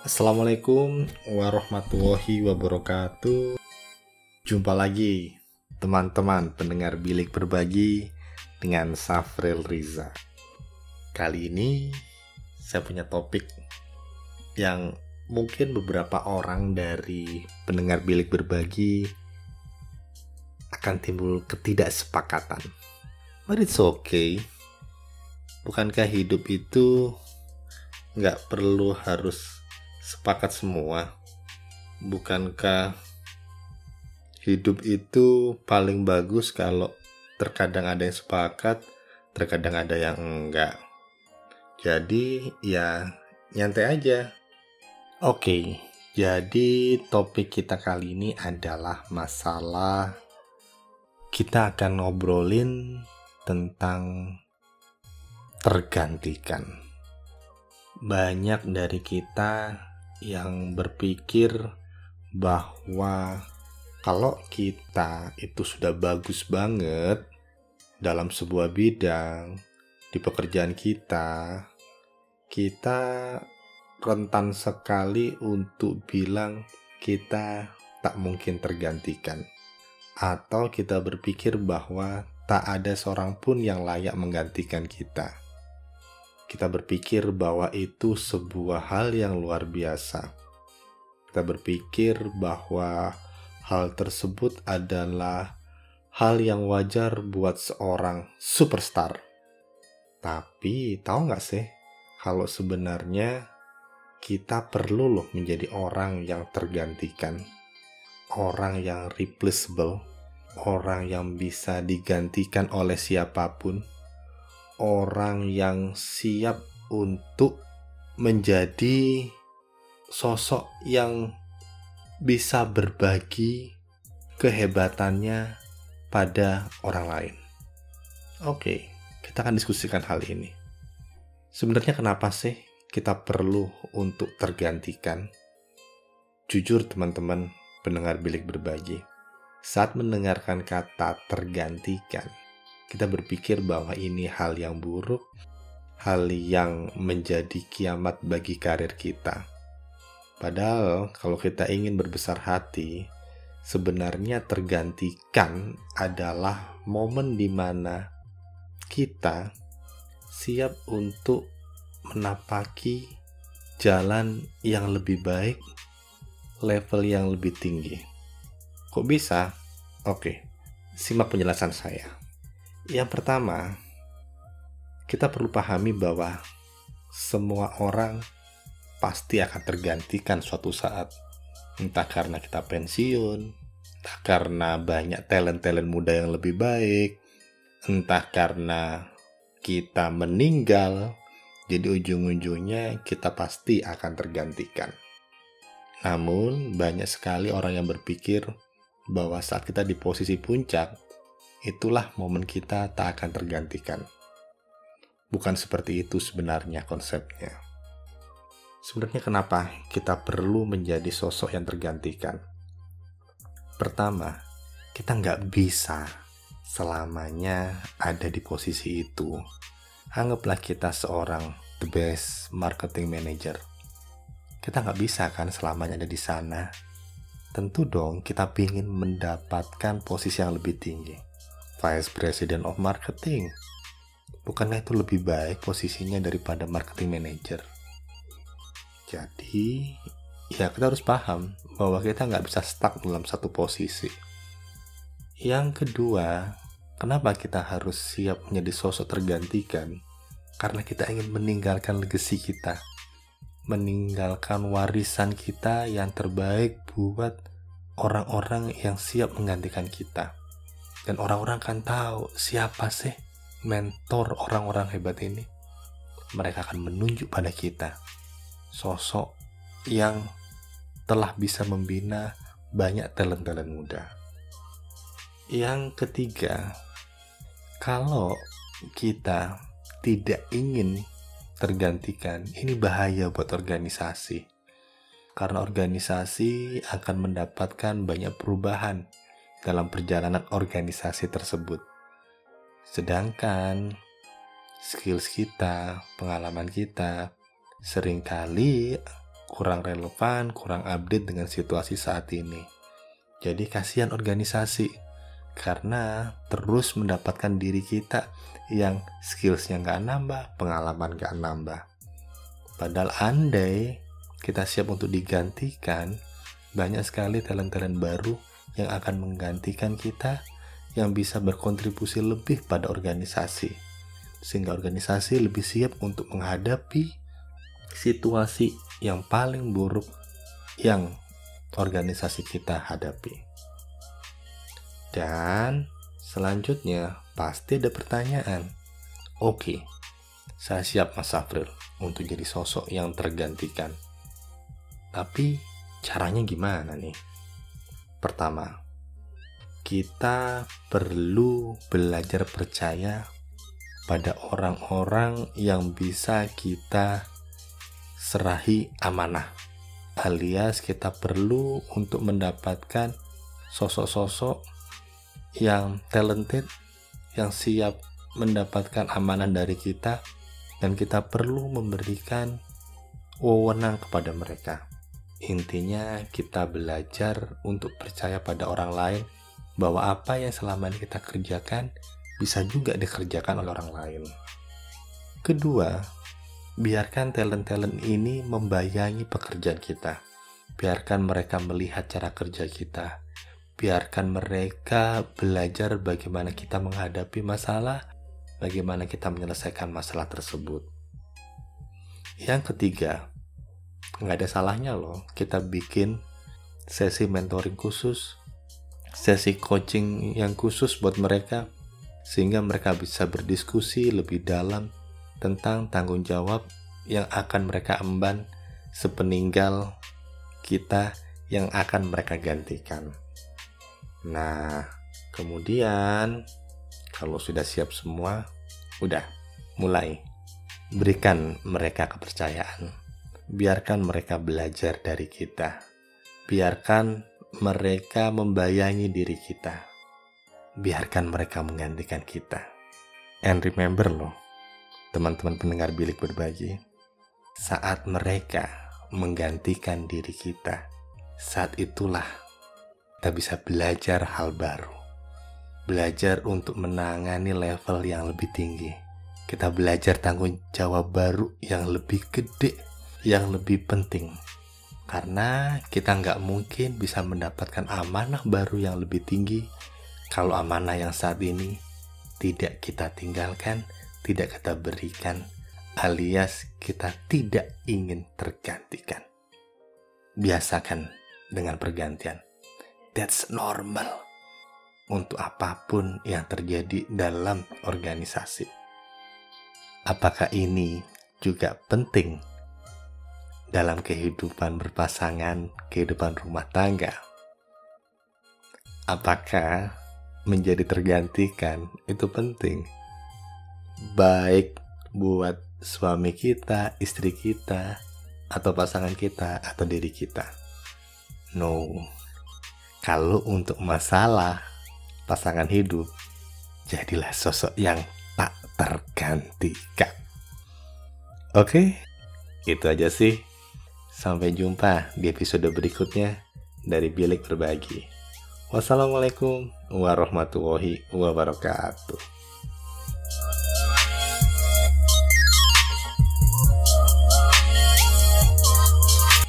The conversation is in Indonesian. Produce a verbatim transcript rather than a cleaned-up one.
Assalamualaikum warahmatullahi wabarakatuh. Jumpa lagi teman-teman pendengar Bilik Berbagi dengan Safril Riza. Kali ini saya punya topik yang mungkin beberapa orang dari pendengar Bilik Berbagi akan timbul ketidaksepakatan. But it's okay. Bukankah hidup itu nggak perlu harus sepakat semua? Bukankah hidup itu paling bagus kalau terkadang ada yang sepakat, terkadang ada yang enggak? Jadi ya nyantai aja. Oke, jadi topik kita kali ini adalah masalah kita akan ngobrolin tentang tergantikan. Banyak dari kita yang berpikir bahwa kalau kita itu sudah bagus banget dalam sebuah bidang, di pekerjaan kita, kita rentan sekali untuk bilang kita tak mungkin tergantikan. Atau kita berpikir bahwa tak ada seorang pun yang layak menggantikan kita. Kita berpikir bahwa itu sebuah hal yang luar biasa. Kita berpikir bahwa hal tersebut adalah hal yang wajar buat seorang superstar. Tapi tahu gak sih, kalau sebenarnya kita perlu loh menjadi orang yang tergantikan. Orang yang replaceable. Orang yang bisa digantikan oleh siapapun. Orang yang siap untuk menjadi sosok yang bisa berbagi kehebatannya pada orang lain. Oke, kita akan diskusikan hal ini. Sebenarnya kenapa sih kita perlu untuk tergantikan? Jujur teman-teman pendengar Bilik Berbagi, saat mendengarkan kata tergantikan, kita berpikir bahwa ini hal yang buruk, hal yang menjadi kiamat bagi karir kita. Padahal kalau kita ingin berbesar hati, sebenarnya tergantikan adalah momen di mana kita siap untuk menapaki jalan yang lebih baik, level yang lebih tinggi. Kok bisa? Oke, simak penjelasan saya. Yang pertama, kita perlu pahami bahwa semua orang pasti akan tergantikan suatu saat. Entah karena kita pensiun, entah karena banyak talent-talent muda yang lebih baik, entah karena kita meninggal, jadi ujung-ujungnya kita pasti akan tergantikan. Namun, banyak sekali orang yang berpikir bahwa saat kita di posisi puncak, itulah momen kita tak akan tergantikan. Bukan seperti itu sebenarnya konsepnya. Sebenarnya kenapa kita perlu menjadi sosok yang tergantikan? Pertama, kita nggak bisa selamanya ada di posisi itu. Anggaplah kita seorang the best marketing manager. Kita nggak bisa kan selamanya ada di sana. Tentu dong kita ingin mendapatkan posisi yang lebih tinggi. Vice President of Marketing. Bukankah itu lebih baik posisinya daripada Marketing Manager? Jadi, ya kita harus paham bahwa kita nggak bisa stuck dalam satu posisi. Yang kedua, kenapa kita harus siap menjadi sosok tergantikan? Karena kita ingin meninggalkan legacy kita. Meninggalkan warisan kita yang terbaik buat orang-orang yang siap menggantikan kita. Dan orang-orang akan tahu siapa sih mentor orang-orang hebat ini. Mereka akan menunjuk pada kita sosok yang telah bisa membina banyak talent-talent muda. Yang ketiga, kalau kita tidak ingin tergantikan, ini bahaya buat organisasi. Karena organisasi akan mendapatkan banyak perubahan dalam perjalanan organisasi tersebut. Sedangkan skills kita, pengalaman kita seringkali kurang relevan, kurang update dengan situasi saat ini. Jadi kasihan organisasi, karena terus mendapatkan diri kita yang skillsnya nggak nambah, pengalaman nggak nambah. Padahal andai kita siap untuk digantikan, banyak sekali talent-talent baru yang akan menggantikan kita, yang bisa berkontribusi lebih pada organisasi, sehingga organisasi lebih siap untuk menghadapi situasi yang paling buruk yang organisasi kita hadapi. Dan selanjutnya pasti ada pertanyaan. Oke, saya siap Mas Afril untuk jadi sosok yang tergantikan. Tapi caranya gimana nih? Pertama, kita perlu belajar percaya pada orang-orang yang bisa kita serahi amanah. Alias kita perlu untuk mendapatkan sosok-sosok yang talented, yang siap mendapatkan amanah dari kita, dan kita perlu memberikan wewenang kepada mereka. Intinya kita belajar untuk percaya pada orang lain, bahwa apa yang selama ini kita kerjakan bisa juga dikerjakan oleh orang lain. Kedua, biarkan talent-talent ini membayangi pekerjaan kita. Biarkan mereka melihat cara kerja kita. Biarkan mereka belajar bagaimana kita menghadapi masalah, bagaimana kita menyelesaikan masalah tersebut. Yang ketiga, nggak ada salahnya loh kita bikin sesi mentoring khusus, sesi coaching yang khusus buat mereka, sehingga mereka bisa berdiskusi lebih dalam tentang tanggung jawab yang akan mereka emban sepeninggal kita yang akan mereka gantikan. Nah, kemudian kalau sudah siap semua, udah mulai berikan mereka kepercayaan. Biarkan mereka belajar dari kita. Biarkan mereka membayangi diri kita. Biarkan mereka menggantikan kita. And remember loh, teman-teman pendengar Bilik Berbagi, saat mereka menggantikan diri kita, saat itulah kita bisa belajar hal baru. Belajar untuk menangani level yang lebih tinggi. Kita belajar tanggung jawab baru yang lebih gede, yang lebih penting. Karena kita nggak mungkin bisa mendapatkan amanah baru yang lebih tinggi kalau amanah yang saat ini tidak kita tinggalkan, tidak kita berikan, alias kita tidak ingin tergantikan. Biasakan dengan pergantian. That's normal untuk apapun yang terjadi dalam organisasi. Apakah ini juga penting dalam kehidupan berpasangan, kehidupan rumah tangga? Apakah menjadi tergantikan itu penting? Baik buat suami kita, istri kita, atau pasangan kita, atau diri kita. No. Kalau untuk masalah pasangan hidup, jadilah sosok yang tak tergantikan. Oke, itu aja sih. Sampai jumpa di episode berikutnya dari Bilik Berbagi. Wassalamualaikum warahmatullahi wabarakatuh.